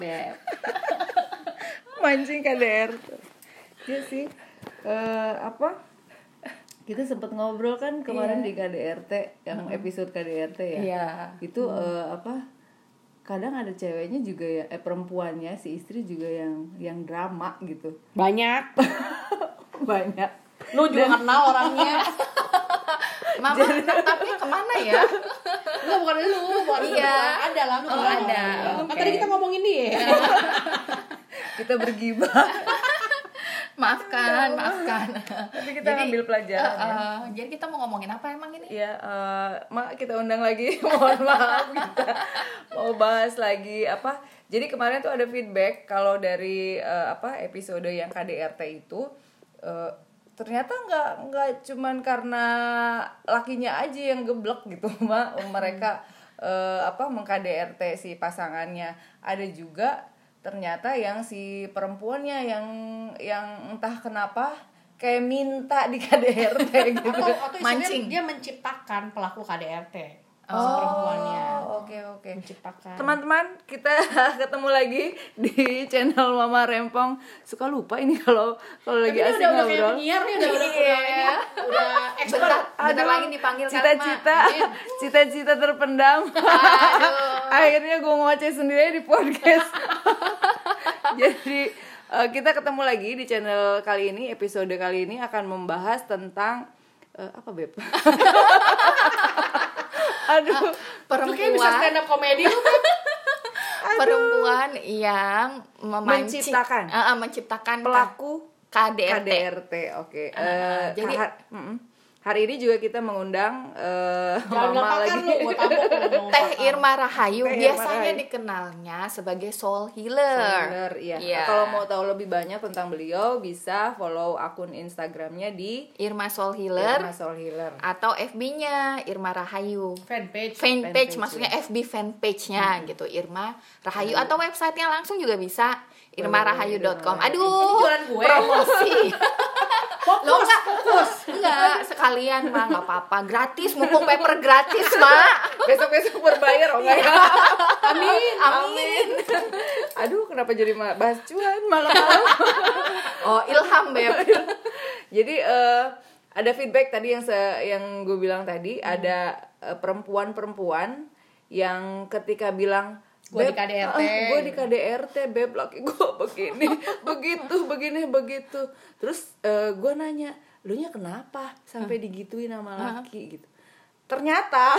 Beb. Mancing KDRT. Iya sih. Kita sempat ngobrol kan kemarin di KDRT yang episode KDRT ya. Iya. Itu kadang ada ceweknya juga ya, perempuannya si istri juga yang drama gitu. Banyak. Banyak. Lu juga kenal orangnya. Mama, tapi kemana ya? Enggak, bukan lu, bukan Iya. Ada lah, lu Oh, kenal. ada. Kan Oke. tadi kita ngomongin dia. Kita bergibah. Maafkan. Tapi kita ngambil pelajaran ya. Jadi kita mau ngomongin apa emang ini? Ya, kita undang lagi. Mohon maaf, kita mau bahas lagi apa. Jadi kemarin tuh ada feedback kalau dari episode yang KDRT itu ternyata nggak cuman karena lakinya aja yang geblek gitu, Mbak. Mereka meng-KDRT si pasangannya. Ada juga ternyata yang si perempuannya yang entah kenapa kayak minta di KDRT gitu. Atau Mancing. dia menciptakan pelaku KDRT. Perempuannya. Oke. Menciptakan. Teman-teman, kita ketemu lagi di channel Mama Rempong. Suka lupa ini kalau lagi Tapi ini asik udah kayak ngobrol. penyiar nih, udah expert. Bentar lagi dipanggil Cita-cita terpendam. Akhirnya gue ngoceh sendiri di podcast. Jadi kita ketemu lagi di channel kali ini. Episode kali ini akan membahas tentang apa, Beb? Aduh, Itu kayak bisa stand up comedy lu. Perempuan yang Menciptakan. menciptakan pelaku KDRT. KDRT. Oke. Jadi hari ini juga kita mengundang Jangan Mama pakar lagi. lu, gua tabok lu. Teh Irma Rahayu Teh Irma biasanya Rahayu. dikenalnya sebagai soul healer. Bener, iya. Iya. Kalau mau tahu lebih banyak tentang beliau bisa follow akun Instagramnya di Irma Soul Healer Irma Soul Healer. atau FB-nya Irma Rahayu. Fanpage. Fanpage maksudnya FB fanpage-nya gitu, Irma Rahayu, atau websitenya langsung juga bisa irmarahayu.com. Aduh, Ini jualan gue. promosi. Lo Fokus. enggak sekalian mah, nggak apa-apa, gratis, mumpung paper gratis mah. Besok-besok berbayar oh enggak ya? Amin. Aduh, kenapa jadi bahas cuan malam-malam? Oh, ilham, Beb. Jadi ada feedback tadi yang gue bilang tadi, ada perempuan-perempuan yang ketika bilang Gue di KDRT. Gue di KDRT, Beb, laki gue begini, begitu. Terus gue nanya, lu nya kenapa sampai digituin sama laki gitu. Ternyata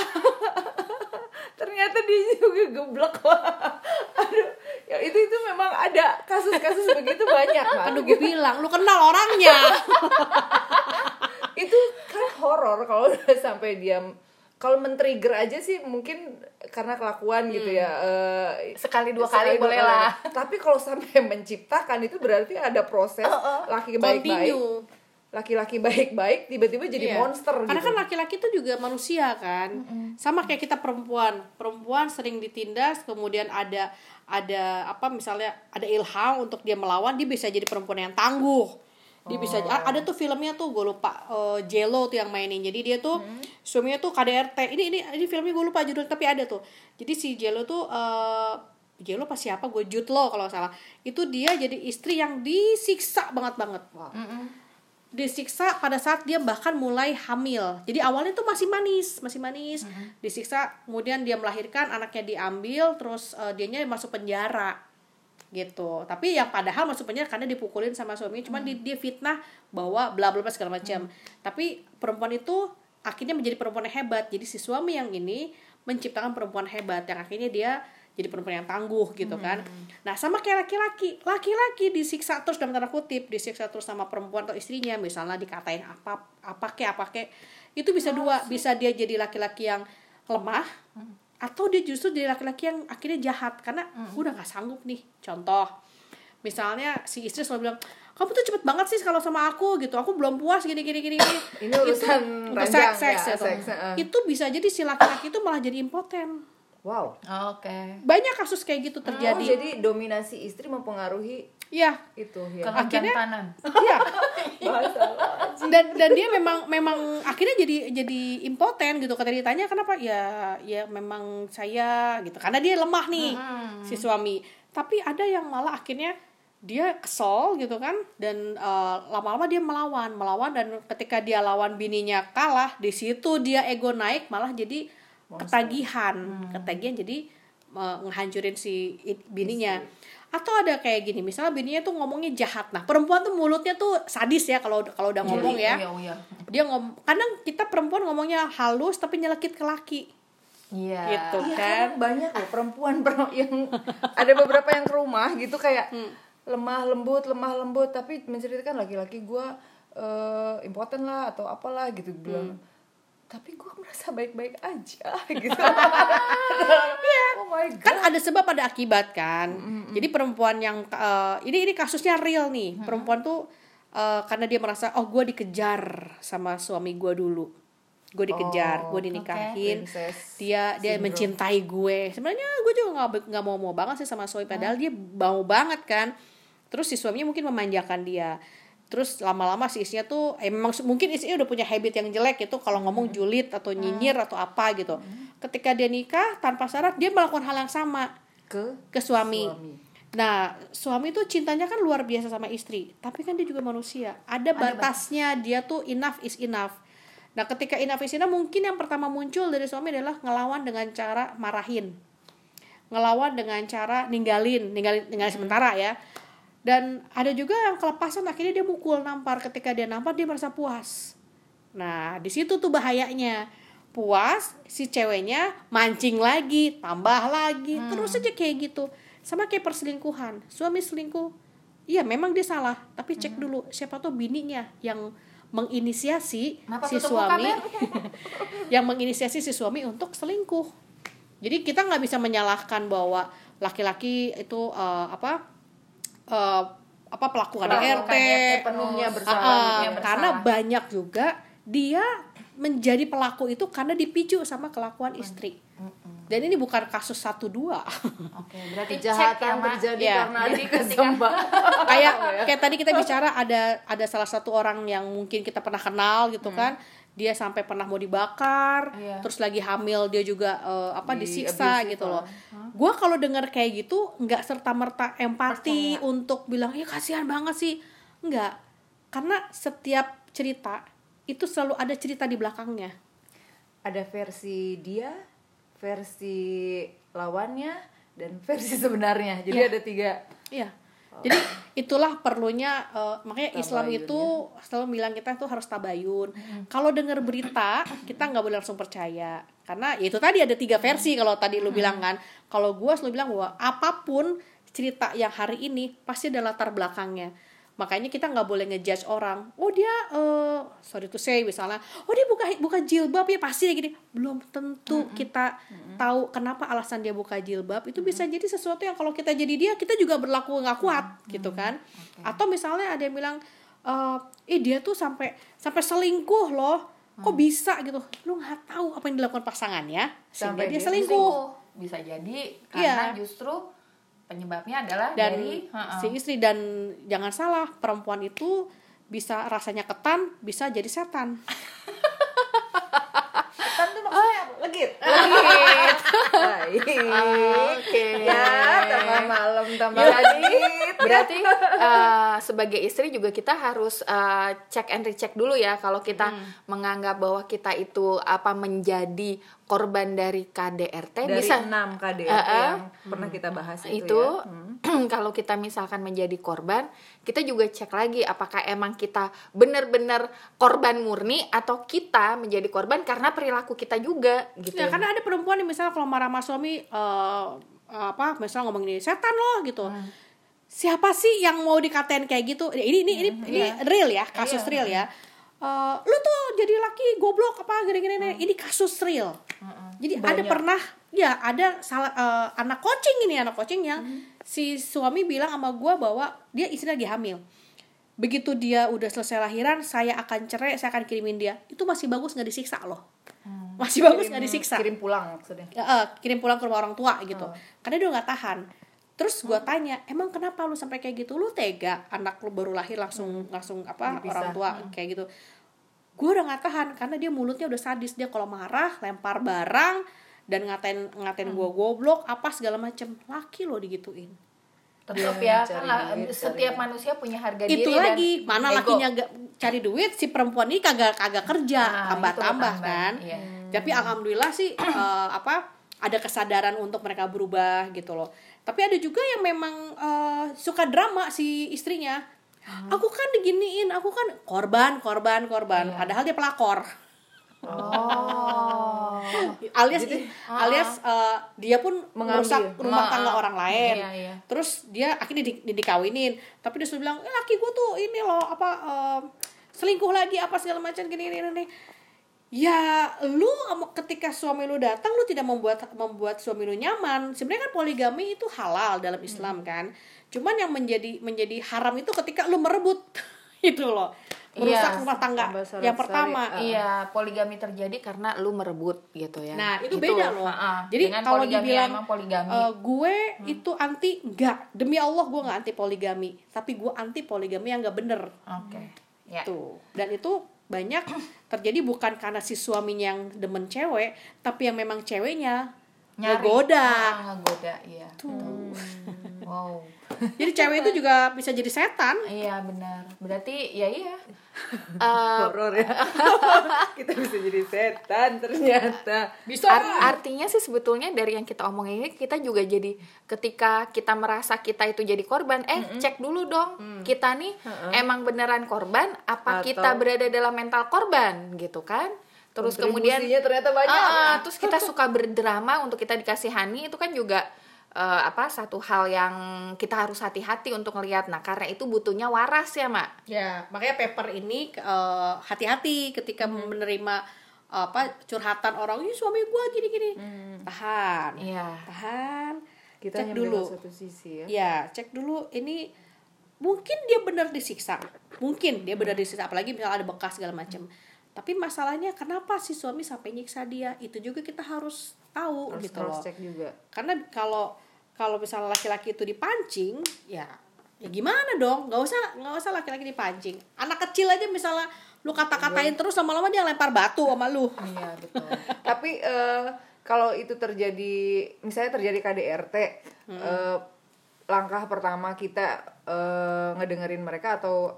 dia juga geblek. Aduh, ya itu memang ada kasus-kasus begitu banyak, Mak. Aduh, gue bilang, lu kenal orangnya. Itu kan horor kalau udah sampai dia. Kalau men-trigger aja sih mungkin karena kelakuan gitu ya. Sekali dua kali boleh lah. Tapi kalau sampai menciptakan itu berarti ada proses laki baik-baik. Continue. Laki-laki baik-baik tiba-tiba jadi Iya. monster Karena gitu. kan laki-laki itu juga manusia kan. Sama kayak kita perempuan. Perempuan sering ditindas, kemudian ada apa misalnya ada ilham untuk dia melawan, dia bisa jadi perempuan yang tangguh. Dia bisa ada tuh filmnya tuh gue lupa, Jello tuh yang mainin. Jadi dia tuh suaminya tuh KDRT. Ini filmnya gue lupa judulnya, tapi ada tuh. Jadi si Jello tuh Jello pas siapa, gue Jude Law kalau nggak salah. Itu dia jadi istri yang disiksa banget. Wow. Disiksa pada saat dia bahkan mulai hamil. Jadi awalnya tuh masih manis. Disiksa, kemudian dia melahirkan, anaknya diambil, terus dianya masuk penjara gitu. Tapi yang padahal masuk penjara karena dipukulin sama suaminya, cuman dia fitnah bahwa bla bla bla segala macam. Tapi perempuan itu akhirnya menjadi perempuan yang hebat. Jadi si suami yang ini menciptakan perempuan hebat yang akhirnya dia jadi perempuan yang tangguh gitu kan. Nah, sama kayak laki-laki disiksa terus dalam tanda kutip, disiksa terus sama perempuan atau istrinya, misalnya dikatain apa kek. Itu bisa dua, bisa dia jadi laki-laki yang lemah, atau dia justru jadi laki-laki yang akhirnya jahat karena udah nggak sanggup nih. Contoh, misalnya si istri selalu bilang, kamu tuh cepet banget sih kalau sama aku gitu, aku belum puas gini. Ini urusan ranjang seks ya, gitu. seks, Itu bisa jadi si laki-laki itu malah jadi impoten. Wow. Oke. Banyak kasus kayak gitu terjadi. Jadi dominasi istri mempengaruhi Ya, itu ya. akhirnya Kejantanan. iya. Masalah. Dan dia memang akhirnya jadi impoten gitu. Ketika ditanya kenapa, ya memang saya gitu, karena dia lemah nih si suami. Tapi ada yang malah akhirnya dia kesel gitu kan, dan lama-lama dia melawan, dan ketika dia lawan bininya kalah, di situ dia ego naik, malah jadi ketagihan jadi ngehancurin si bininya. Atau ada kayak gini, misalnya bininya tuh ngomongnya jahat. Nah, perempuan tuh mulutnya tuh sadis ya kalau udah ngomong ya. Dia kadang kita perempuan ngomongnya halus tapi nyelekit ke laki. Iya. Gitu Iya, kan. banyak loh perempuan yang ada beberapa yang ke rumah gitu kayak lemah lembut tapi menceritakan laki-laki gue impoten lah atau apalah gitu bilang. Tapi gue merasa baik-baik aja gitu. Oh my God. Kan ada sebab ada akibat kan. Jadi perempuan yang ini kasusnya real nih. Perempuan tuh karena dia merasa gue dikejar sama suami gue dulu. Gue dikejar, gue dinikahin, dia mencintai gue. Sebenarnya gue juga nggak mau banget sih sama suami, padahal dia mau banget kan. Terus si suaminya mungkin memanjakan dia. Terus lama-lama si istrinya tuh memang mungkin istrinya udah punya habit yang jelek itu, kalau ngomong julid atau nyinyir atau apa gitu. Ketika dia nikah tanpa syarat, dia melakukan hal yang sama ke suami. Nah, suami tuh cintanya kan luar biasa sama istri, tapi kan dia juga manusia. Ada batasnya, dia tuh enough is enough. Nah, ketika enough is enough, mungkin yang pertama muncul dari suami adalah ngelawan dengan cara marahin. Ngelawan dengan cara ninggalin sementara ya. Dan ada juga yang kelepasan, akhirnya dia mukul, nampar. Ketika dia nampar, dia merasa puas. Nah, di situ tuh bahayanya. Puas, si ceweknya mancing lagi, tambah lagi, terus aja kayak gitu. Sama kayak perselingkuhan. Suami selingkuh, iya memang dia salah, tapi cek dulu siapa tuh bininya yang menginisiasi si suami yang menginisiasi si suami untuk selingkuh. Jadi kita nggak bisa menyalahkan bahwa laki-laki itu pelaku KDRT penuhnya bersalah, karena banyak juga dia menjadi pelaku itu karena dipicu sama kelakuan istri. Dan ini bukan kasus 1-2. Oke, berarti kejahatan terjadi karena ada kesempahan. kayak tadi kita bicara ada salah satu orang yang mungkin kita pernah kenal gitu kan. Dia sampai pernah mau dibakar, terus lagi hamil dia juga disiksa gitu loh. Gua kalau dengar kayak gitu nggak serta-merta empati untuk bilang ya kasihan banget sih. Nggak. Karena setiap cerita itu selalu ada cerita di belakangnya. Ada versi dia, versi lawannya, dan versi sebenarnya. Jadi ada 3. Iya. Jadi itulah perlunya makanya Tabayun, Islam itu selalu bilang kita tuh harus tabayun. Kalau dengar berita kita nggak boleh langsung percaya, karena ya itu tadi ada 3 versi. Kalau tadi lu bilang kan, kalau gue selalu bilang bahwa apapun cerita yang hari ini pasti ada latar belakangnya. Makanya kita nggak boleh ngejudge orang. Oh dia sorry to say misalnya, oh dia buka jilbab ya pasti ya gini. Belum tentu kita tahu kenapa alasan dia buka jilbab. Itu bisa jadi sesuatu yang kalau kita jadi dia, kita juga berlaku nggak kuat gitu kan. Atau misalnya ada yang bilang, dia tuh sampai selingkuh loh. Kok bisa gitu? Lu nggak tahu apa yang dilakukan pasangannya sehingga dia selingkuh. Bisa jadi karena justru penyebabnya adalah dari si istri. Dan jangan salah, perempuan itu bisa rasanya ketan, bisa jadi setan. Ketan tuh maksudnya legit. Oke. Ya, tambah malam tambah Berarti sebagai istri juga kita harus cek and recheck dulu ya, kalau kita menganggap bahwa kita itu menjadi korban dari KDRT, dari bisa 6 KDRT yang pernah kita bahas itu ya. Kalau kita misalkan menjadi korban, kita juga cek lagi apakah emang kita benar-benar korban murni atau kita menjadi korban karena perilaku kita juga gitu. Ya, karena ada perempuan yang misalnya kalau marah sama suami misalnya ngomong ini setan loh gitu. Siapa sih yang mau dikatain kayak gitu? Ini real ya, kasus real ya. Lu tuh jadi laki goblok apa gini-gini. Ini kasus real. Jadi ada anak coaching yang si suami bilang sama gue bahwa dia istri lagi hamil. Begitu dia udah selesai lahiran, saya akan cerai, saya akan kirimin dia. Itu masih bagus nggak disiksa loh. Masih bagus nggak disiksa. Kirim pulang maksudnya. Kirim pulang ke rumah orang tua gitu. Karena dia nggak tahan. Terus gue tanya, emang kenapa lu sampai kayak gitu? Lu tega anak lu baru lahir langsung dipisah. Orang tua kayak gitu. Gue udah nggak tahan karena dia mulutnya udah sadis. Dia kalau marah lempar barang dan ngatain gue goblok apa segala macem. Laki lo digituin. Tetap Dia ya, cari kan duit, setiap cari- manusia punya harga diri Itu dan lagi mana ego. lakinya gak cari duit, si perempuan ini kagak kerja, Nah, tambah-tambah itu kan. iya. Tapi alhamdulillah sih ada kesadaran untuk mereka berubah gitu loh. Tapi ada juga yang memang suka drama si istrinya. Aku kan diginiin, aku kan korban. Iya. Padahal dia pelakor. Oh. alias dia pun Mengambil. merusak rumah tangga orang lain. Iya, iya. Terus dia akhirnya dikawinin, tapi dia sudah bilang, laki gue tuh ini loh selingkuh lagi apa segala macam gini. Ya lu ketika suami lu datang, lu tidak membuat suami lu nyaman. Sebenarnya kan poligami itu halal dalam Islam kan. Cuman yang menjadi haram itu ketika lu merebut itu loh, merusak rumah tangga tambah syarat yang pertama. Iya, poligami terjadi karena lu merebut gitu ya. Nah, itu Gitu. beda loh. Jadi Dengan kalau poligami dibilang emang poligami. gue itu anti, enggak. Demi Allah gue enggak anti poligami, tapi gue anti poligami yang enggak bener. Oke. Ya. Tuh. Dan itu banyak terjadi bukan karena si suaminya yang demen cewek, tapi yang memang ceweknya ngegoda. Ngegoda, iya. Tuh. Wow. Jadi cewek itu juga bisa jadi setan. Iya, benar. Berarti ya iya. Horor ya. Kita bisa jadi setan ternyata. Bisa. Artinya sih sebetulnya dari yang kita omongin ini, kita juga jadi ketika kita merasa kita itu jadi korban, cek dulu dong, kita nih emang beneran korban apa Atau- kita berada dalam mental korban gitu kan. Terus kemudian Kontribusinya ternyata banyak. terus kita suka berdrama untuk kita dikasihani, itu kan juga satu hal yang kita harus hati-hati untuk ngelihat. Nah, karena itu butuhnya waras ya, Mak. Ya, makanya paper ini hati-hati ketika menerima curhatan orang, "Ih, suami gua gini-gini." Tahan. Iya. Tahan. Kita Cek hanya dulu. membela satu sisi ya. Ya, cek dulu ini mungkin dia benar disiksa. Mungkin dia benar disiksa, apalagi misalnya ada bekas segala macam. Tapi masalahnya kenapa si suami sampai nyiksa dia? Itu juga kita harus tahu Harus gitu loh. cross check juga. Karena kalau misalnya laki-laki itu dipancing, ya gimana dong? Nggak usah laki-laki dipancing. Anak kecil aja misalnya lu kata-katain terus, lama-lama dia lempar batu sama lu. Iya, betul. Tapi kalau itu terjadi, misalnya terjadi KDRT, langkah pertama kita ngedengerin mereka atau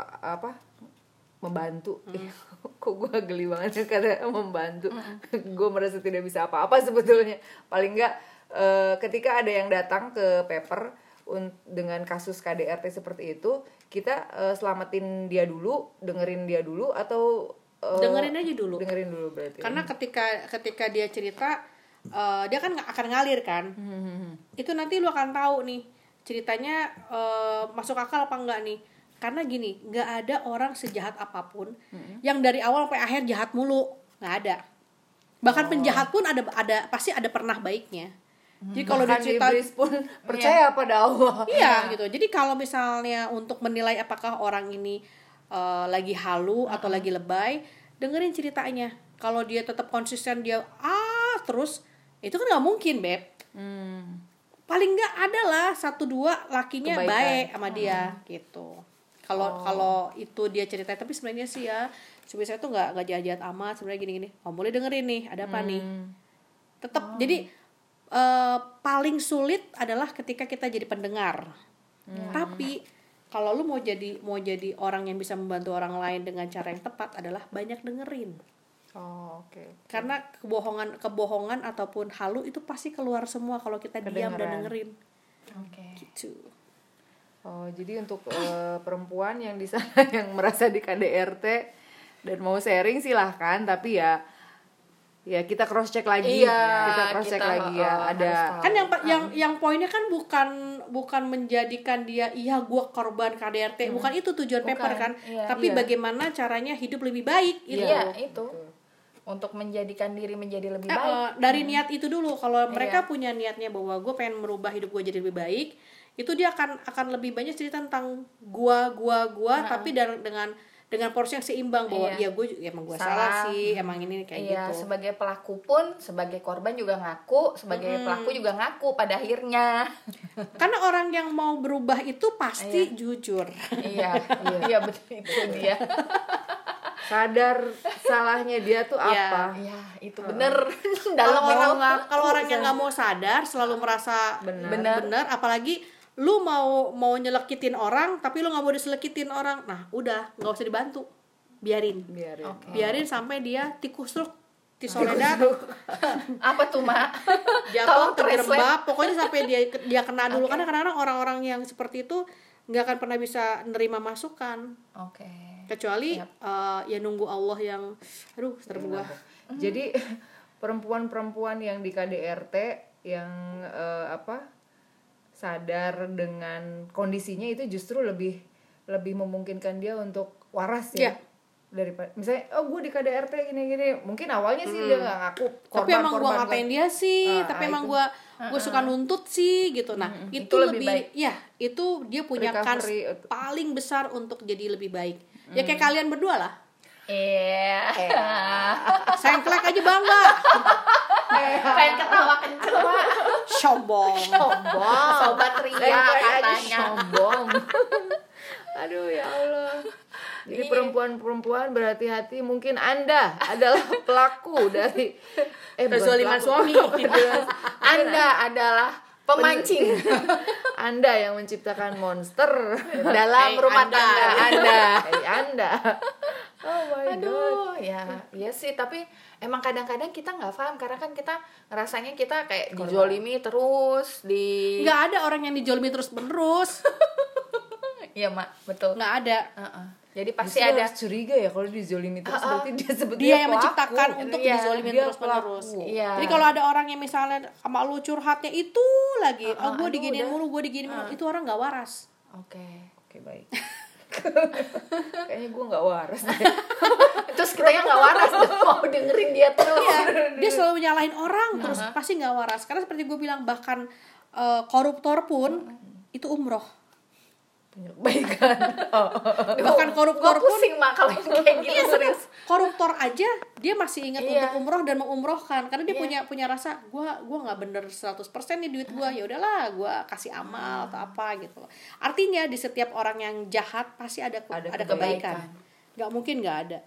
membantu. Kok gue geli banget ya kata membantu. Gue merasa tidak bisa apa-apa sebetulnya. Paling enggak ketika ada yang datang ke paper dengan kasus KDRT seperti itu, kita selamatin dia dulu, dengerin dia dulu, atau Dengerin aja dulu. Dengerin dulu berarti. Karena ketika dia cerita, dia kan akan ngalir kan. Itu nanti lu akan tahu nih ceritanya masuk akal apa enggak nih. Karena gini, nggak ada orang sejahat apapun yang dari awal sampai akhir jahat mulu, nggak ada. Bahkan penjahat pun ada pasti ada pernah baiknya. Jadi kalau bahkan dicerita iblis pun percaya pada Allah. iya gitu. Jadi kalau misalnya untuk menilai apakah orang ini lagi halu atau lagi lebay, dengerin ceritanya. Kalau dia tetap konsisten, dia terus, itu kan nggak mungkin, Beb. Paling nggak ada lah 1-2 lakinya Kebaikan. baik sama dia gitu. Kalau itu dia cerita, tapi sebenarnya sih ya suami saya tuh nggak jahat-jahat amat sebenarnya, gini-gini. Boleh dengerin nih, ada apa nih? Tetap jadi paling sulit adalah ketika kita jadi pendengar. Tapi kalau lu mau jadi orang yang bisa membantu orang lain dengan cara yang tepat adalah banyak dengerin. Oh, oke. Karena kebohongan ataupun halu itu pasti keluar semua kalau kita diam dan dengerin. Oke. Gitu. Oh, jadi untuk perempuan yang di sana yang merasa di KDRT dan mau sharing silahkan, tapi ya kita cross check lagi. Iya, kita cross check kita, lagi ya. harus Ada tahu. Kan yang poinnya kan bukan menjadikan dia gua korban KDRT, bukan itu tujuan Bukan, paper kan. iya. Tapi Iya. bagaimana caranya hidup lebih baik gitu. Iya, itu. Untuk menjadikan diri menjadi lebih baik. Dari niat itu dulu. Kalau mereka punya niatnya bahwa gue pengen merubah hidup gue jadi lebih baik, itu dia akan lebih banyak cerita tentang gua tapi dengan porsi yang seimbang, bahwa Iya. gue emang gue salah sih, emang ini kayak Iya, gitu. sebagai pelaku pun, sebagai korban juga ngaku, sebagai pelaku juga ngaku pada akhirnya. Karena orang yang mau berubah itu pasti jujur. Iya, iya betul, itu dia. sadar salahnya dia tuh apa. Iya, itu bener. Dalam Kalau orang kalau orang yang nggak mau sadar, selalu merasa benar, apalagi lu mau nyelekitin orang tapi lu nggak mau diselekitin orang, nah udah nggak usah dibantu, biarin biarin sampai dia tikusruk di Soledad Apa tuh, Mak? jatuh Tolong terjerembab, pokoknya sampai dia kena dulu. Karena kadang-kadang orang-orang yang seperti itu nggak akan pernah bisa nerima masukan, kecuali ya nunggu Allah yang serem gua. Jadi perempuan-perempuan yang di KDRT yang sadar dengan kondisinya itu justru lebih memungkinkan dia untuk waras ya. Daripada misalnya gue di KDRT gini-gini, mungkin awalnya sih dia nggak ngaku korban, tapi emang gue ngapain dia sih, tapi emang gue suka nuntut sih gitu. Nah itu lebih baik. Ya itu dia punya kans paling besar untuk jadi lebih baik. Ya kayak kalian berdua lah. Sengklek aja bangga. Pengen ketawa kenceng, Pak. Sombong. Sobat Ria katanya. Sombong. Aduh ya Allah. Jadi perempuan-perempuan berhati-hati, mungkin Anda adalah pelaku dari kezaliman suami. Anda adalah pemancing. Anda yang menciptakan monster dalam rumah tangga Anda. Oh my God. Ya sih, tapi emang kadang-kadang kita nggak paham karena kan kita ngerasanya kita kayak dijolimi terus nggak ada orang yang dijolimi terus menerus. Iya, Mak, betul. Nggak ada. Jadi pasti Justru ada harus curiga ya kalau dizolimi terus, berarti dia sebetulnya dia yang pelaku. menciptakan untuk dizolimin terus menerus. Jadi kalau ada orang yang misalnya sama lu curhatnya itu lagi, gue diginiin mulu, gue diginiin mulu, itu orang nggak waras. Oke, baik. Kayaknya gue nggak waras deh. Terus kitanya nggak waras mau dengerin dia terus. Dia selalu nyalahin orang terus, pasti nggak waras. Karena seperti gue bilang, bahkan koruptor pun itu umroh. Kebaikan. Bahkan koruptor pun pusing, Mak, kalau kayak gitu serius. Koruptor aja dia masih ingat untuk umroh dan mengumrohkan karena dia punya rasa gua nggak bener 100% nih duit gua, ya udahlah gua kasih amal atau apa gitu loh. Artinya di setiap orang yang jahat pasti ada kebaikan. Nggak mungkin nggak ada.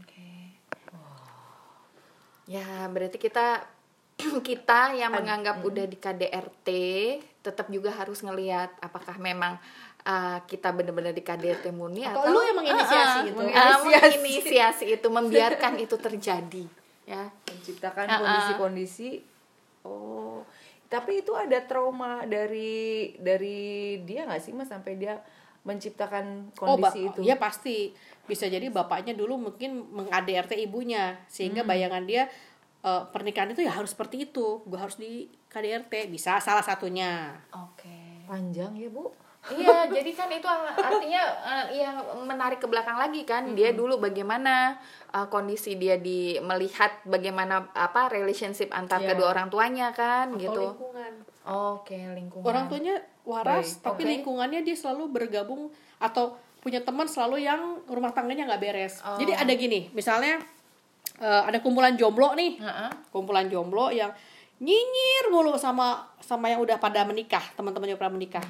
Ya berarti kita yang menganggap udah di KDRT tetap juga harus ngelihat apakah memang kita benar-benar di KDRT murni atau lu yang menginisiasi itu. menginisiasi itu, membiarkan itu terjadi, ya, menciptakan kondisi-kondisi. Tapi itu ada trauma dari dia nggak sih, Mas, sampai dia menciptakan kondisi itu? Ya pasti. Bisa jadi bapaknya dulu mungkin meng-KDRT ibunya sehingga bayangan dia pernikahan itu ya harus seperti itu. Gue harus di KDRT, bisa salah satunya. Panjang ya, Bu. Iya, jadi kan itu artinya yang menarik ke belakang lagi kan. Dia dulu bagaimana kondisi dia melihat bagaimana relationship antar kedua orang tuanya kan. Atau gitu. Lingkungan. Lingkungan. Orang tuanya waras, tapi lingkungannya dia selalu bergabung atau punya teman selalu yang rumah tangganya nggak beres. Jadi ada gini, misalnya ada kumpulan jomblo nih, kumpulan jomblo yang nyinyir mulu sama yang udah pada menikah, teman-temannya pada menikah.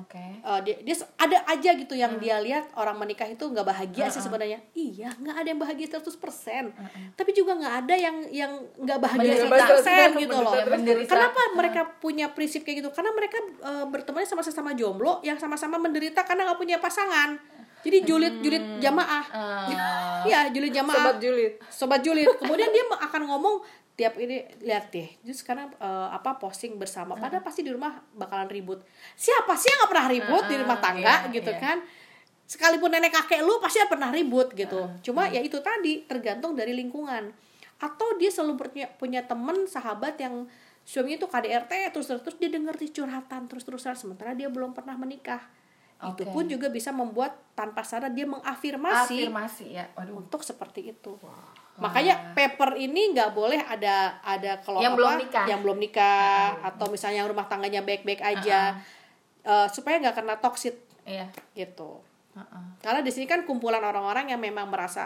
Dia ada aja gitu yang dia lihat orang menikah itu nggak bahagia sih sebenarnya. Iya, nggak ada yang bahagia 100%. Tapi juga nggak ada yang nggak bahagia 100% gitu loh. Kenapa mereka punya prinsip kayak gitu? Karena mereka berteman sama sesama jomblo yang sama-sama menderita karena nggak punya pasangan. Jadi julid jamaah. Iya, julid jamaah. Sobat julid. Kemudian dia akan ngomong tiap ini, lihat deh, just sekarang posting bersama, padahal pasti di rumah bakalan ribut. Siapa sih yang nggak pernah ribut di rumah tangga gitu kan? Sekalipun nenek kakek lu pasti pernah ribut gitu. Cuma ya itu tadi tergantung dari lingkungan. Atau dia selalu punya teman sahabat yang suaminya tuh KDRT terus dia denger curhatan terus-terusan sementara dia belum pernah menikah. Itu pun juga bisa membuat tanpa sadar dia mengafirmasi ya. Untuk seperti itu. Makanya paper ini nggak boleh ada kalau yang belum nikah atau misalnya yang rumah tangganya baik-baik aja, supaya nggak kena toxic gitu. Karena di sini kan kumpulan orang-orang yang memang merasa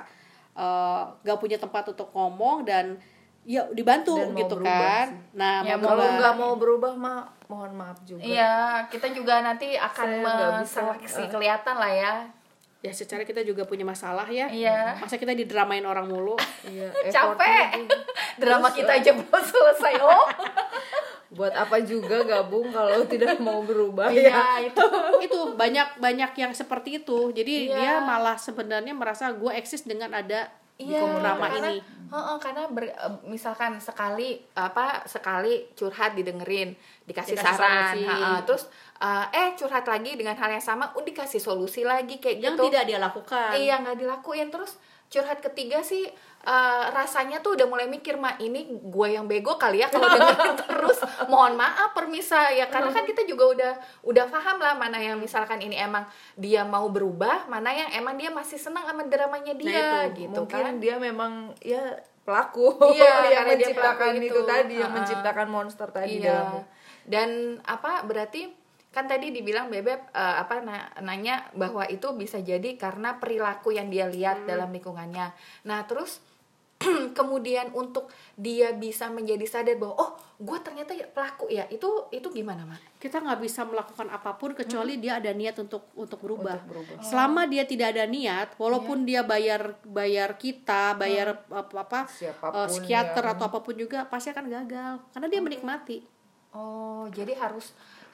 nggak punya tempat untuk ngomong dan ya dibantu dan gitu kan. Sih. Nah, ya, kalau nggak mau berubah mohon maaf juga. Iya, kita juga nanti akan seleksi kelihatan lah ya. Ya secara kita juga punya masalah ya. Iya. Masa kita didramain orang mulu. Iya, capek. Drama kita aja belum selesai. Buat apa juga gabung kalau tidak mau berubah Iya, ya. Itu banyak yang seperti itu. Jadi Iya. dia malah sebenarnya merasa gue eksis dengan ada Iya, drama karena, ini. karena misalkan sekali curhat didengerin, dikasih Dikasih saran, solusi. terus curhat lagi dengan hal yang sama, dikasih solusi lagi kayak Yang gitu. tidak dia lakukan. Iya, nggak dilakuin. Terus curhat ketiga sih rasanya tuh udah mulai mikir, ini gue yang bego kali ya kalau dengerin terus. Mohon maaf permisa ya, karena kan kita juga udah paham lah mana yang misalkan ini emang dia mau berubah, mana yang emang dia masih senang sama dramanya dia itu gitu mungkin kan. dia memang ya pelaku Iya, yang karena dia menciptakan pelaku itu itu. tadi, yang menciptakan monster tadi Iya. dalamnya. Dan berarti kan tadi dibilang Bebep nanya bahwa itu bisa jadi karena perilaku yang dia lihat dalam lingkungannya. Nah, terus kemudian untuk dia bisa menjadi sadar bahwa gue ternyata pelaku ya, itu gimana, Mak? Kita nggak bisa melakukan apapun kecuali dia ada niat untuk berubah. Untuk berubah. Selama dia tidak ada niat, walaupun dia bayar kita, bayar Siapapun psikiater ya. atau apapun juga pasti akan gagal karena dia menikmati. Oh, jadi harus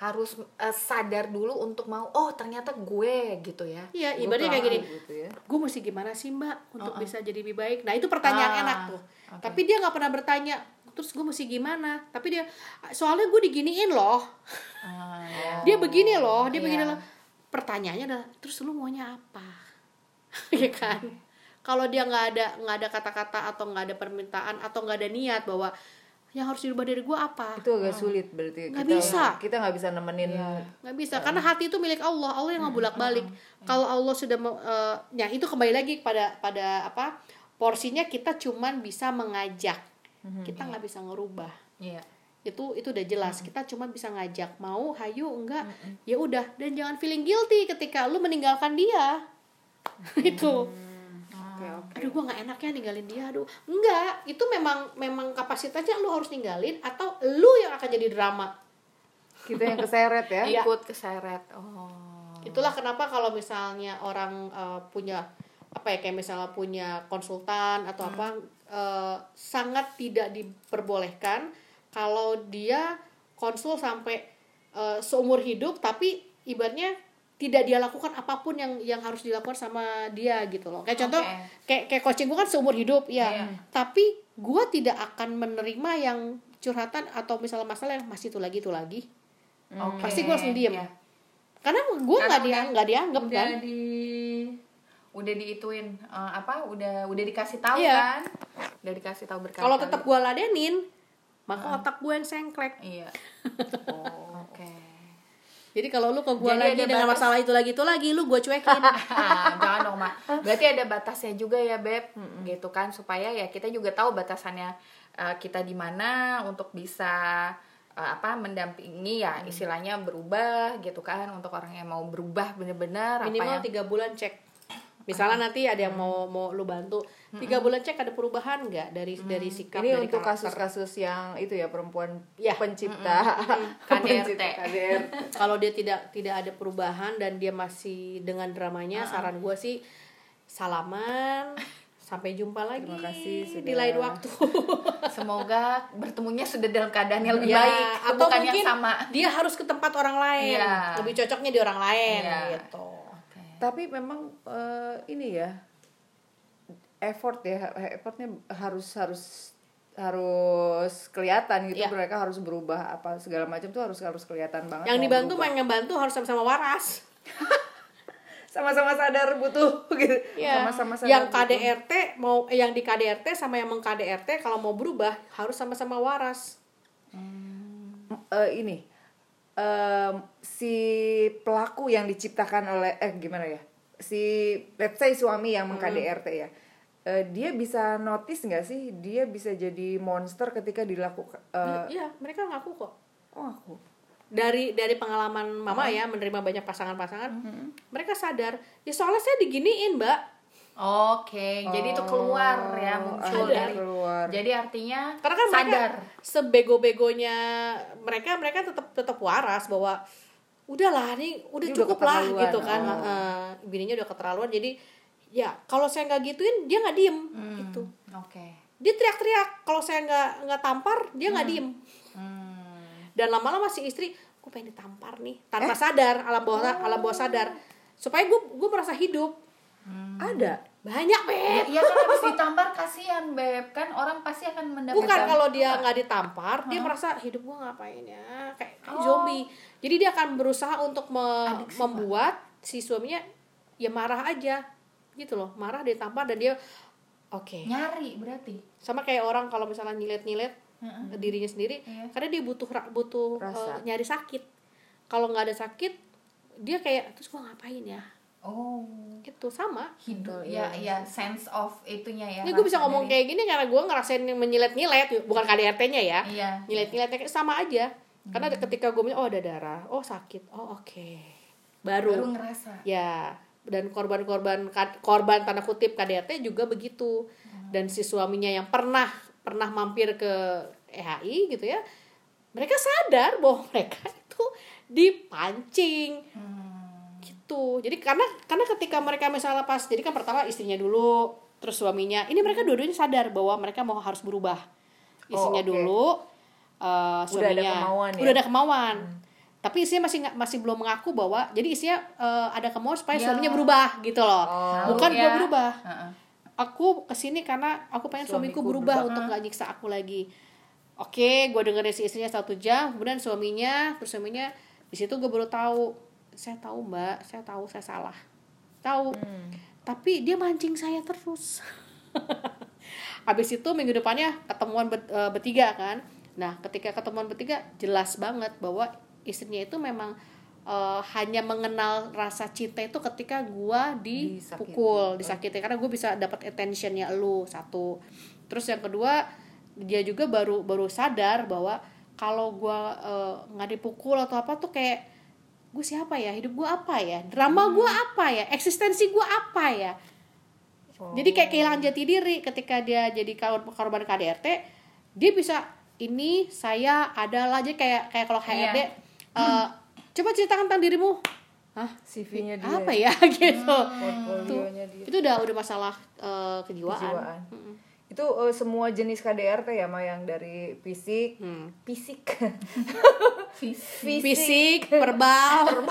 sadar dulu untuk mau ternyata gue gitu ya. Iya, Gua ibaratnya kayak gini. pelaku gitu ya. Gue mesti gimana sih Mbak untuk bisa jadi lebih baik? Nah itu pertanyaan enak tuh. Okay. Tapi dia nggak pernah bertanya. Terus gue mesti gimana? Tapi dia soalnya gue diginiin loh. Ya. Dia begini loh, dia Iya. begini loh. Pertanyaannya adalah terus lu maunya apa? Ya kan? Kalau dia nggak ada kata-kata atau nggak ada permintaan atau nggak ada niat bahwa yang harus dirubah dari gue apa? Itu agak sulit berarti. Nggak bisa. Kita nggak bisa nemenin. Nggak bisa karena hati itu milik Allah yang nggak balik. Kalau Allah sudah ya itu kembali lagi pada apa porsinya, kita cuman bisa mengajak, kita nggak bisa ngerubah. Iya. Itu udah jelas. Kita cuman bisa ngajak, mau hayu enggak ya udah. Dan jangan feeling guilty ketika lu meninggalkan dia. Itu aduh gue nggak enak ya ninggalin dia, aduh enggak, itu memang kapasitasnya lu harus ninggalin atau lu yang akan jadi drama. Kita yang keseret ya. Ikut keseret. Itulah kenapa kalau misalnya orang punya kayak misalnya punya konsultan atau sangat tidak diperbolehkan kalau dia konsul sampai seumur hidup, tapi ibaratnya tidak dia lakukan apapun yang harus dilakukan sama dia gitu loh. Kayak contoh kayak coaching gue kan seumur hidup ya. Tapi gue tidak akan menerima yang curhatan atau misalnya masalah yang masih itu lagi. Pasti gue langsung diem. Iya. Karena gue nggak dianggap kan. Udah diituin udah dikasih tahu Iya. kan. Udah dikasih tahu berkali-kali. Kalau tetap gue ladenin, maka otak gue yang sengklek. Iya. Oke. Jadi kalau lu ke gue Jadi lagi ada dengan batas. masalah itu lagi, lu gue cuekin. Jangan dong, Mak. Berarti ada batasnya juga ya, Beb. Gitu kan, supaya ya kita juga tahu batasannya kita di mana untuk bisa mendampingi ya, istilahnya berubah gitu kan, untuk orang yang mau berubah bener-bener Minimal 3 bulan cek. Misalnya nanti ada yang mau lu bantu 3 bulan cek ada perubahan nggak dari sikap. Ini dari untuk karakter. kasus-kasus yang itu ya, perempuan Ya. pencipta KDRT. Kalau dia tidak ada perubahan dan dia masih dengan dramanya, saran gue sih salaman, sampai jumpa lagi. Terima kasih sudah- di lain waktu. Semoga bertemunya sudah dalam keadaan yang lebih Ya, baik, atau bukan mungkin yang sama. dia harus ke tempat orang lain. Iya. Lebih cocoknya di orang lain Iya. gitu. Tapi memang ini ya, effortnya harus kelihatan gitu. Iya. Mereka harus berubah apa segala macam tuh harus kelihatan banget. Yang mau dibantu berubah. yang ngebantu harus sama-sama waras. Sama-sama sadar butuh gitu. Ya. Sama-sama sadar. Yang butuh. KDRT yang di KDRT sama yang meng KDRT kalau mau berubah harus sama-sama waras. Si pelaku yang diciptakan oleh gimana ya, si let's say suami yang meng KDRT ya, dia bisa notice nggak sih dia bisa jadi monster ketika dilakukan? Iya, mereka ngaku kok. Aku Dari pengalaman mama ya menerima banyak pasangan-pasangan, mereka sadar ya soalnya saya diginiin mbak. Oke, jadi itu keluar ya, muncul ada dari. keluar. Jadi artinya Karena kan sadar. mereka sebego-begonya mereka tetap waras bahwa udahlah nih udah Ini cukup udah lah keterlaluan. gitu kan. Bininya udah keterlaluan, jadi ya kalau saya nggak gituin dia nggak diem gitu. Oke. Dia teriak-teriak, kalau saya nggak tampar dia nggak diem. Dan lama-lama si istri, gue pengen ditampar nih tanpa sadar, alam bawah sadar, supaya gue merasa hidup. Ada Banyak, Beb. Iya kan habis ditampar kasihan, Beb. Kan orang pasti akan mendapatkan. Bukan, kalau dia nggak ditampar, dia merasa hidup gue ngapain ya, kayak zombie. Jadi dia akan berusaha untuk membuat si suaminya ya marah aja, gitu loh, marah ditampar dan dia nyari berarti. sama kayak orang kalau misalnya nyilet dirinya sendiri, karena dia butuh nyari sakit. Kalau nggak ada sakit, dia kayak terus gue ngapain ya? Gitu sama. Hidup ya sense of itunya ya. Ini gue bisa ngomong kayak gini karena gue ngerasain menyilet-nyilet, bukan KDRT-nya ya. Iya. Nyilet-nyiletnya sama aja. Karena ketika gue bilang ada darah, sakit, oke. Baru ngerasa. Ya, dan korban tanda kutip KDRT juga begitu. Dan si suaminya yang pernah mampir ke EHI gitu ya, mereka sadar bahwa mereka itu dipancing. Gitu. Jadi karena ketika mereka misalnya pas, jadi kan pertama istrinya dulu, terus suaminya, ini mereka dua-duanya sadar bahwa mereka harus berubah. Istrinya dulu, suaminya udah ada kemauan. Tapi istrinya masih belum mengaku bahwa jadi istrinya ada kemauan supaya suaminya berubah gitu loh. Bukan gue berubah. Aku kesini karena aku pengen suamiku berubah untuk gak nyiksa aku lagi. Oke, gue dengerin si istrinya 1 jam, kemudian suaminya di situ gue baru tahu. Saya tahu Mbak, saya tahu saya salah. Tahu. Tapi dia mancing saya terus. Habis itu minggu depannya ketemuan bertiga kan. Nah, ketika ketemuan bertiga jelas banget bahwa istrinya itu memang hanya mengenal rasa cinta itu ketika gua dipukul, disakiti. Karena gue bisa dapat attentionnya lu, satu. Terus yang kedua, dia juga baru sadar bahwa kalau gua nggak dipukul atau apa tuh kayak gue siapa ya, hidup gue apa ya, drama gue apa ya, eksistensi gue apa ya. Jadi kayak kehilangan jati diri ketika dia jadi korban KDRT. Dia bisa ini saya adalah aja kayak kalau HRD coba ceritakan tentang dirimu. CV-nya dia apa ya gitu. Portfolionya dia. Itu udah masalah kejiwaan. Itu semua jenis KDRT ya, yang dari fisik, verbal.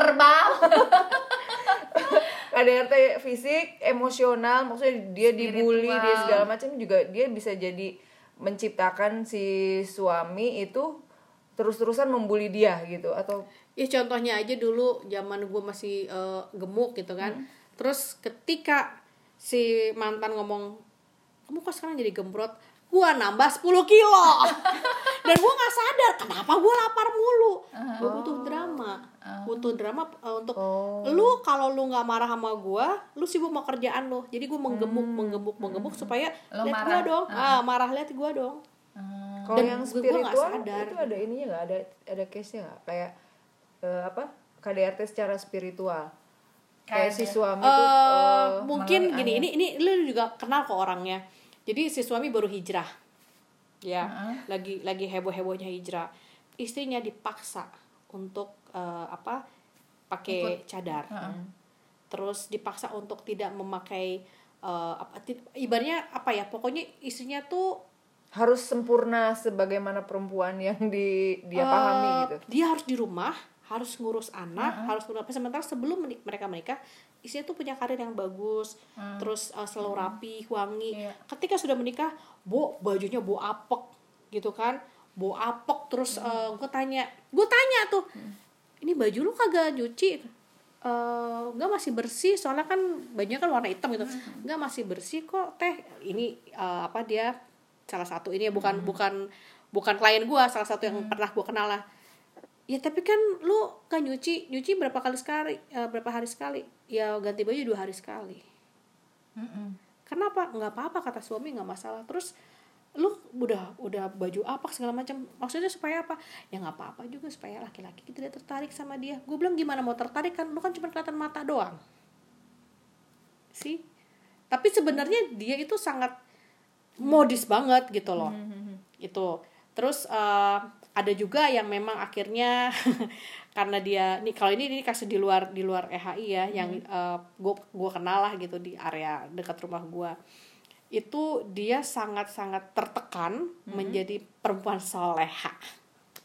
KDRT fisik, emosional, maksudnya dia dibully, dia segala macam, juga dia bisa jadi menciptakan si suami itu terus-terusan membuli dia gitu. Atau ya contohnya aja dulu zaman gue masih gemuk gitu kan. Terus ketika si mantan ngomong, kamu kok sekarang jadi gembrot, gue nambah 10 kilo. Dan gue gak sadar kenapa gue lapar mulu. Gue butuh drama. Butuh drama untuk lu, kalau lu gak marah sama gue, lu sibuk sama kerjaan lu. Jadi gue menggemuk supaya lihat gue dong. Marah, lihat gue dong. Kalau yang spiritual itu ada ininya gak? Ada case-nya gak? Kayak KDRT secara spiritual. Kayak si suami tuh mungkin gini, ini lu juga kenal kok orangnya. Jadi si suami baru hijrah, ya, lagi heboh-hebohnya hijrah. Istrinya dipaksa untuk pakai cadar, terus dipaksa untuk tidak memakai ibaratnya apa ya? Pokoknya istrinya tuh harus sempurna sebagaimana perempuan yang dia pahami gitu. Dia harus di rumah, harus ngurus anak, harus ngurus apa. Sementara sebelum mereka menikah, istrinya tuh punya karir yang bagus, terus selalu rapi, wangi. Ketika sudah menikah, bajunya apek gitu kan, apek. Terus gue tanya tuh, ini baju lu kagak nyuci? Enggak, masih bersih, soalnya kan bajunya kan warna hitam gitu. Enggak, masih bersih kok teh. Ini dia salah satu ini ya, bukan klien gue, salah satu yang pernah gue kenal lah. Ya tapi kan lu kan nyuci berapa hari sekali? Ya ganti baju 2 hari sekali. Kenapa? Nggak apa-apa, kata suami, nggak masalah. Terus lu udah baju apa segala macam, maksudnya supaya apa? Ya nggak apa-apa juga, supaya laki-laki tidak tertarik sama dia. Gue bilang gimana mau tertarik, kan lu kan cuma kelihatan mata doang sih. Tapi sebenarnya dia itu sangat modis banget gitu loh. Itu terus ada juga yang memang akhirnya karena dia nih, kalau ini kasus di luar EHI ya, yang gue kenal lah gitu di area dekat rumah gue. Itu dia sangat-sangat tertekan menjadi perempuan soleha.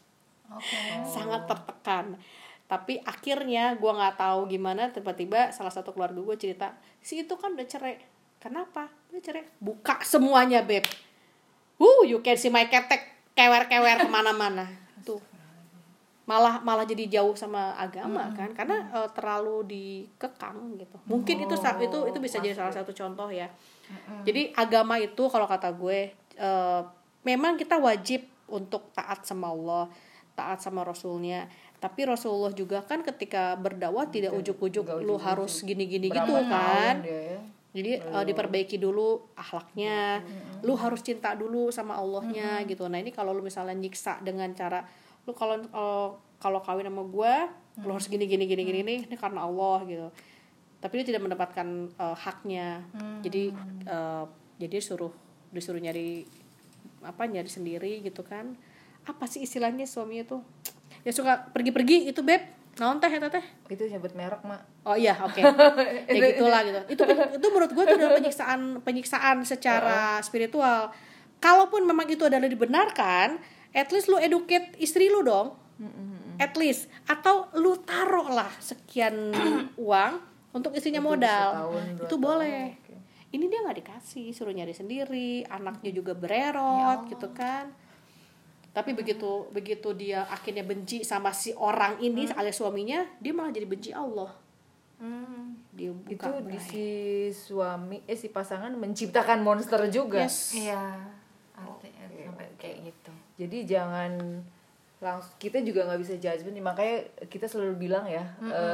sangat tertekan. Tapi akhirnya gue nggak tahu gimana, tiba-tiba salah satu keluarga gue cerita, si itu kan udah cerai. Kenapa? Udah cerai. Buka semuanya, beb. You can see my ketek kewer-kewer kemana-mana. Tuh. Malah jadi jauh sama agama kan, karena terlalu dikekang gitu. Mungkin itu bisa jadi salah satu contoh ya. Jadi agama itu kalau kata gue memang kita wajib untuk taat sama Allah, taat sama Rasulnya. Tapi Rasulullah juga kan ketika berdakwah tidak ujuk-ujuk lu harus gini-gini gitu kan. Jadi diperbaiki dulu akhlaknya. Lu harus cinta dulu sama Allahnya gitu. Nah, ini kalau lu misalnya nyiksa dengan cara lu kalau kawin sama gue, lu harus gini nih, ini karena Allah gitu. Tapi dia tidak mendapatkan haknya. Jadi disuruh nyari sendiri gitu kan. Apa sih istilahnya suaminya tuh? Ya suka pergi-pergi itu, beb. Naon teh eta teh? Itu nyebut merek, Mak. Oh iya, oke. Ya gitulah gitu. Itu menurut gue itu adalah penyiksaan secara spiritual. Kalaupun memang itu adalah dibenarkan, at least lu educate istri lu dong. At least, atau lu taruh lah sekian uang untuk istrinya modal. Itu boleh. Okay. Ini dia nggak dikasih, suruh nyari sendiri, anaknya juga bererot gitu kan. Tapi begitu dia akhirnya benci sama si orang ini alias suaminya, dia malah jadi benci Allah. Dia buka itu si pasangan menciptakan monster juga. Yes. Iya. Sampai kayak gitu. Jadi jangan langsung, kita juga nggak bisa judgement, makanya kita selalu bilang ya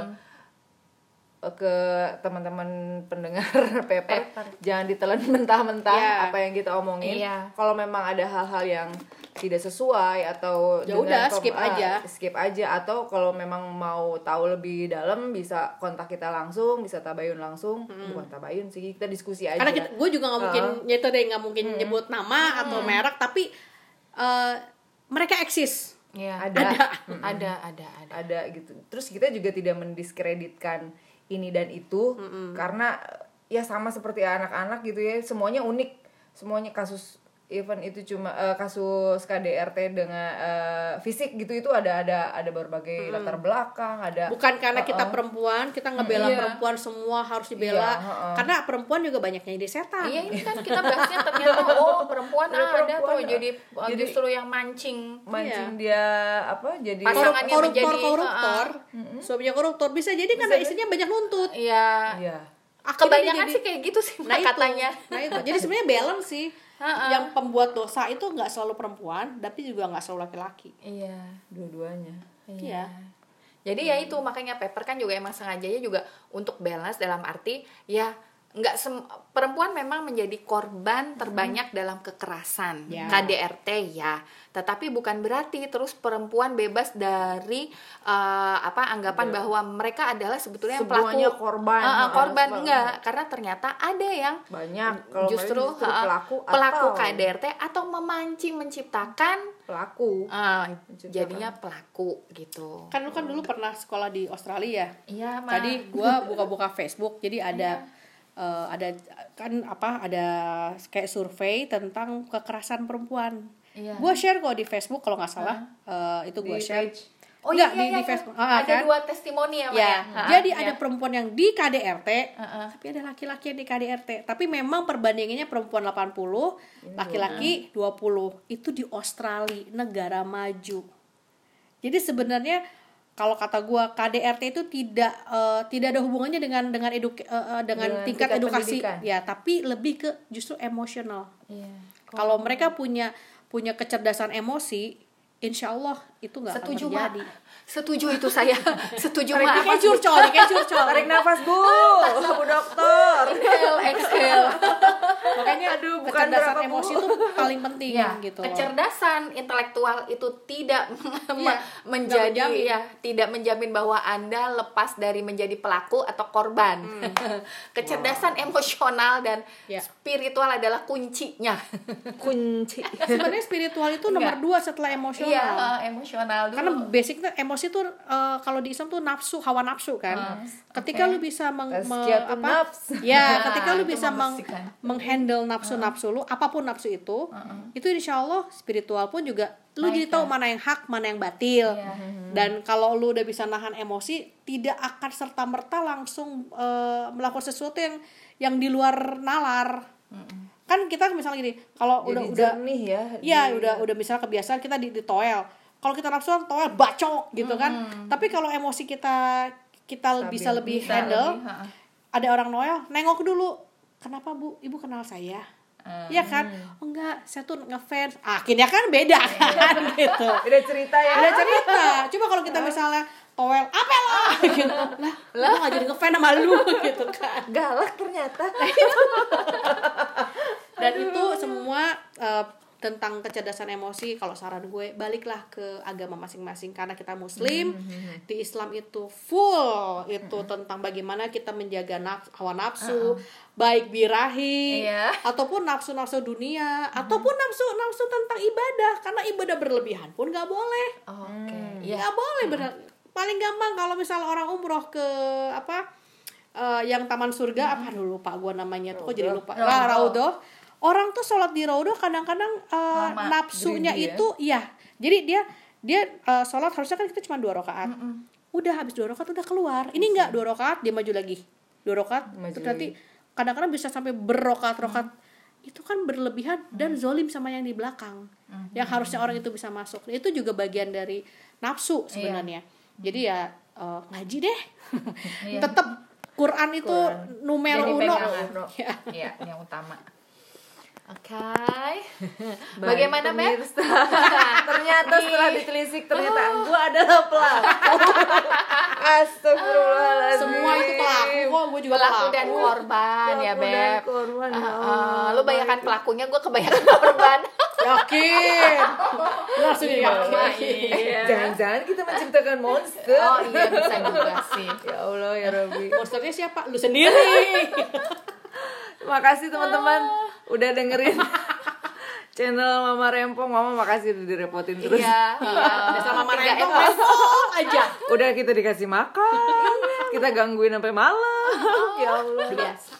ke teman-teman pendengar paper, jangan ditelan mentah-mentah apa yang kita omongin. Kalau memang ada hal-hal yang tidak sesuai atau ya udah skip aja, atau kalau memang mau tahu lebih dalam bisa kontak kita langsung, bisa tabayun langsung. Bukan tabayun sih, kita diskusi aja. Karena gue juga nggak mungkin nggak mungkin nyebut nama atau merek, tapi mereka eksis. Ya, ada gitu. Terus kita juga tidak mendiskreditkan ini dan itu, karena ya sama seperti anak-anak gitu ya, semuanya unik, semuanya kasus, even itu cuma kasus KDRT dengan fisik gitu, itu ada berbagai latar belakang, ada bukan karena kita perempuan kita ngebela perempuan semua harus dibela, karena perempuan juga banyak yang jadi setan. Iya, ini kan kita bahasnya ternyata perempuan ada tuh jadi justru yang mancing dia jadi pasangannya menjadi koruptor. Suaminya koruptor bisa jadi karena istrinya banyak nuntut. Iya. Kebanyakan sih kayak gitu sih katanya. Itu. Jadi sebenarnya balance sih. Yang pembuat dosa itu nggak selalu perempuan, tapi juga nggak selalu laki-laki. Iya, dua-duanya. Iya. Jadi ya itu makanya paper kan juga emang sengajanya juga untuk balance, dalam arti ya nggak perempuan memang menjadi korban terbanyak dalam kekerasan KDRT ya, tetapi bukan berarti terus perempuan bebas dari anggapan bahwa mereka adalah sebetulnya pelaku korban enggak, karena ternyata ada yang banyak justru pelaku KDRT atau memancing menciptakan pelaku jadinya pelaku gitu. Kan lu dulu pernah sekolah di Australia. Iya, tadi gua buka Facebook, jadi ada kayak survei tentang kekerasan perempuan. Gue share kok di Facebook kalau nggak salah, itu gue share. Di Facebook. Ada 2 testimoni ya. Jadi ada perempuan yang di KDRT, tapi ada laki-laki yang di KDRT. Tapi memang perbandingannya perempuan 80, laki-laki 20. Itu di Australia, negara maju. Jadi sebenarnya kalau kata gue KDRT itu tidak ada hubungannya dengan tingkat edukasi pendidikan. Ya, tapi lebih ke justru emosional. Kalau mereka punya kecerdasan emosi, insya Allah itu nggak akan terjadi. Setuju itu saya. Setuju Mak. Kayak curcol. Tarik nafas Bu dokter. Exhale. Makanya kecerdasan emosi itu paling penting gitu. Kecerdasan intelektual itu tidak tidak menjamin bahwa Anda lepas dari menjadi pelaku atau korban. Kecerdasan emosional dan spiritual adalah kuncinya. Sebenarnya spiritual itu nomor 2 setelah emosional. Iya, emosional dulu. Karena basicnya emosi tuh kalau di Islam tuh hawa nafsu kan. Ketika lu bisa ketika lu bisa menghandle handle nafsu-nafsu lu, apapun nafsu itu insya Allah spiritual pun juga lu jadi tahu mana yang hak, mana yang batil. Dan kalau lu udah bisa nahan emosi, tidak akan serta-merta langsung melakukan sesuatu yang di luar nalar. Kan kita misalnya gini, kalau udah jernih ya. Udah misalnya kebiasaan kita di toel. Kalau kita nafsuan toel bacok gitu kan. Tapi kalau emosi kita bisa lebih handle, ada orang noel, nengok dulu. Kenapa Bu? Ibu kenal saya? Iya kan? Oh enggak, saya tuh ngefans. Akhirnya kan beda kan gitu. Udah cerita ya. Udah cerita. Coba kalau kita misalnya toel, apa lah gitu. Lah gua enggak jadi ngefans sama lu gitu kan. Galak ternyata. Dan itu semua tentang kecerdasan emosi. Kalau saran gue, baliklah ke agama masing-masing, karena kita muslim. Di Islam itu full itu tentang bagaimana kita menjaga hawa nafsu, baik birahi ataupun nafsu-nafsu dunia, ataupun nafsu tentang ibadah, karena ibadah berlebihan pun nggak boleh. Nggak boleh. Paling gampang kalau misalnya orang umroh ke yang taman surga, apa dulu lupa gue namanya tuh, kok jadi lupa. Raudhah. Orang tuh sholat di Raudhah kadang-kadang nafsunya itu jadi dia sholat harusnya kan kita cuma 2 rakaat. Udah habis 2 rakaat udah keluar. Ini enggak 2 rakaat dia maju lagi. 2 rakaat berarti kadang-kadang bisa sampai berrokat-rokat. Itu kan berlebihan dan zolim sama yang di belakang. Yang harusnya orang itu bisa masuk. Itu juga bagian dari nafsu sebenarnya. Jadi ya ngaji deh. Tetap Quran itu numero uno. Iya, yang utama. Bagaimana Beb? Ternyata setelah ditelisik ternyata gue adalah pelaku. Astagfirullahaladzim. Semua itu pelaku kok, gue juga pelaku dan korban ya Beb. Lu bayangkan pelakunya, gue kebanyakan korban. Yakin? Langsung yakin. Jangan-jangan kita menciptakan monster. Oh iya, bisa juga sih. Ya Allah ya Rabbi. Monsternya siapa? Lu sendiri. Terima kasih teman-teman udah dengerin channel Mama Rempong. Mama makasih udah direpotin terus. Iya. Sama Mama Rempong aja. Udah kita dikasih makan, kita gangguin sampai malam. Ya Allah. Biasa.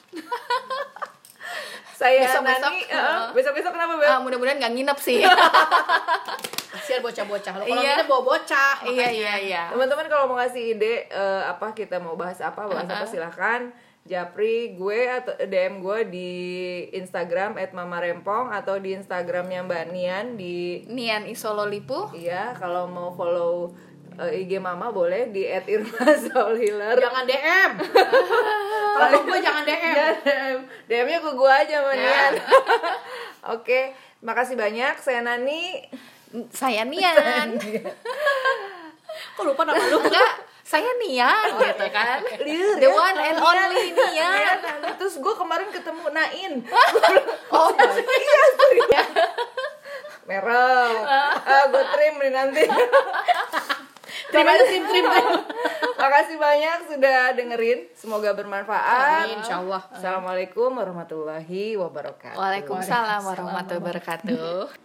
Saya Besok-besok, besok kenapa Beb? Mudah-mudahan gak nginep sih. Kasihan bocah-bocah. Kalau kita bawa bocah. Iya. Teman-teman kalau mau ngasih ide kita mau bahas apa silahkan japri gue atau DM gue di Instagram @mamarempong atau di Instagramnya Mbak Nian di Nian Isololipu. Iya, kalau mau follow IG Mama boleh di @irmasolhiler. Jangan DM. Kalau gue jangan DM. DM-nya ke gue aja Mbak Nian. Oke, makasih banyak. Saya Nani. Saya Nian. Kok lupa nama lu? Enggak. Saya Nian gitu kan. The one and only Nian. Terus gue kemarin ketemu Nain. Oh iya, iya. Merah. Gue trim nih nanti. Trim. Makasih banyak sudah dengerin. Semoga bermanfaat. Amin, insyaallah. Assalamualaikum warahmatullahi wabarakatuh. Waalaikumsalam warahmatullahi wabarakatuh.